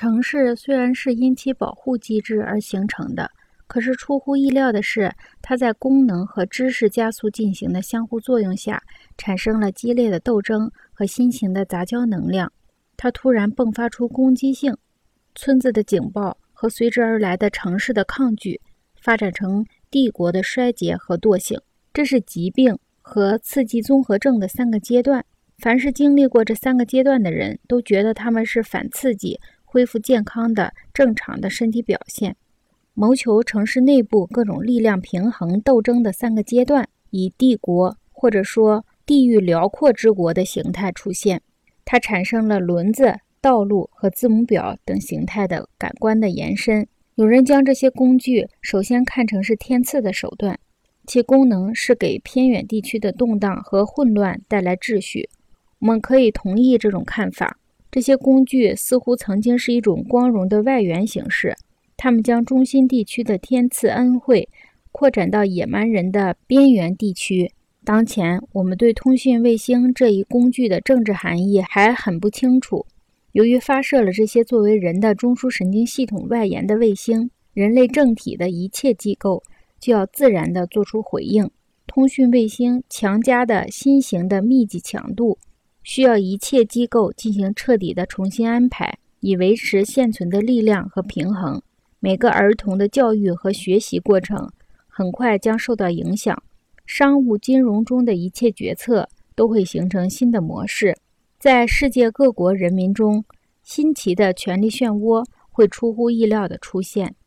城市虽然是因其保护机制而形成的，可是出乎意料的是，它在功能和知识加速进行的相互作用下，产生了激烈的斗争和新型的杂交能量。它突然迸发出攻击性，村子的警报和随之而来的城市的抗拒，发展成帝国的衰竭和惰性。这是疾病和刺激综合症的3个阶段。凡是经历过这3个阶段的人，都觉得他们是反刺激、恢复健康的正常的身体表现。谋求城市内部各种力量平衡斗争的3个阶段，以帝国或者说地域辽阔之国的形态出现。它产生了轮子、道路和字母表等形态的感官的延伸。有人将这些工具首先看成是天赐的手段，其功能是给偏远地区的动荡和混乱带来秩序。我们可以同意这种看法。这些工具似乎曾经是一种光荣的外源形式，它们将中心地区的天赐恩惠扩展到野蛮人的边缘地区。当前，我们对通讯卫星这一工具的政治含义还很不清楚。由于发射了这些作为人的中枢神经系统外延的卫星，人类政体的一切机构就要自然地做出回应。通讯卫星强加的新型的密集强度需要一切机构进行彻底的重新安排，以维持现存的力量和平衡。每个儿童的教育和学习过程很快将受到影响，商务金融中的一切决策都会形成新的模式。在世界各国人民中，新奇的权力漩涡会出乎意料地出现。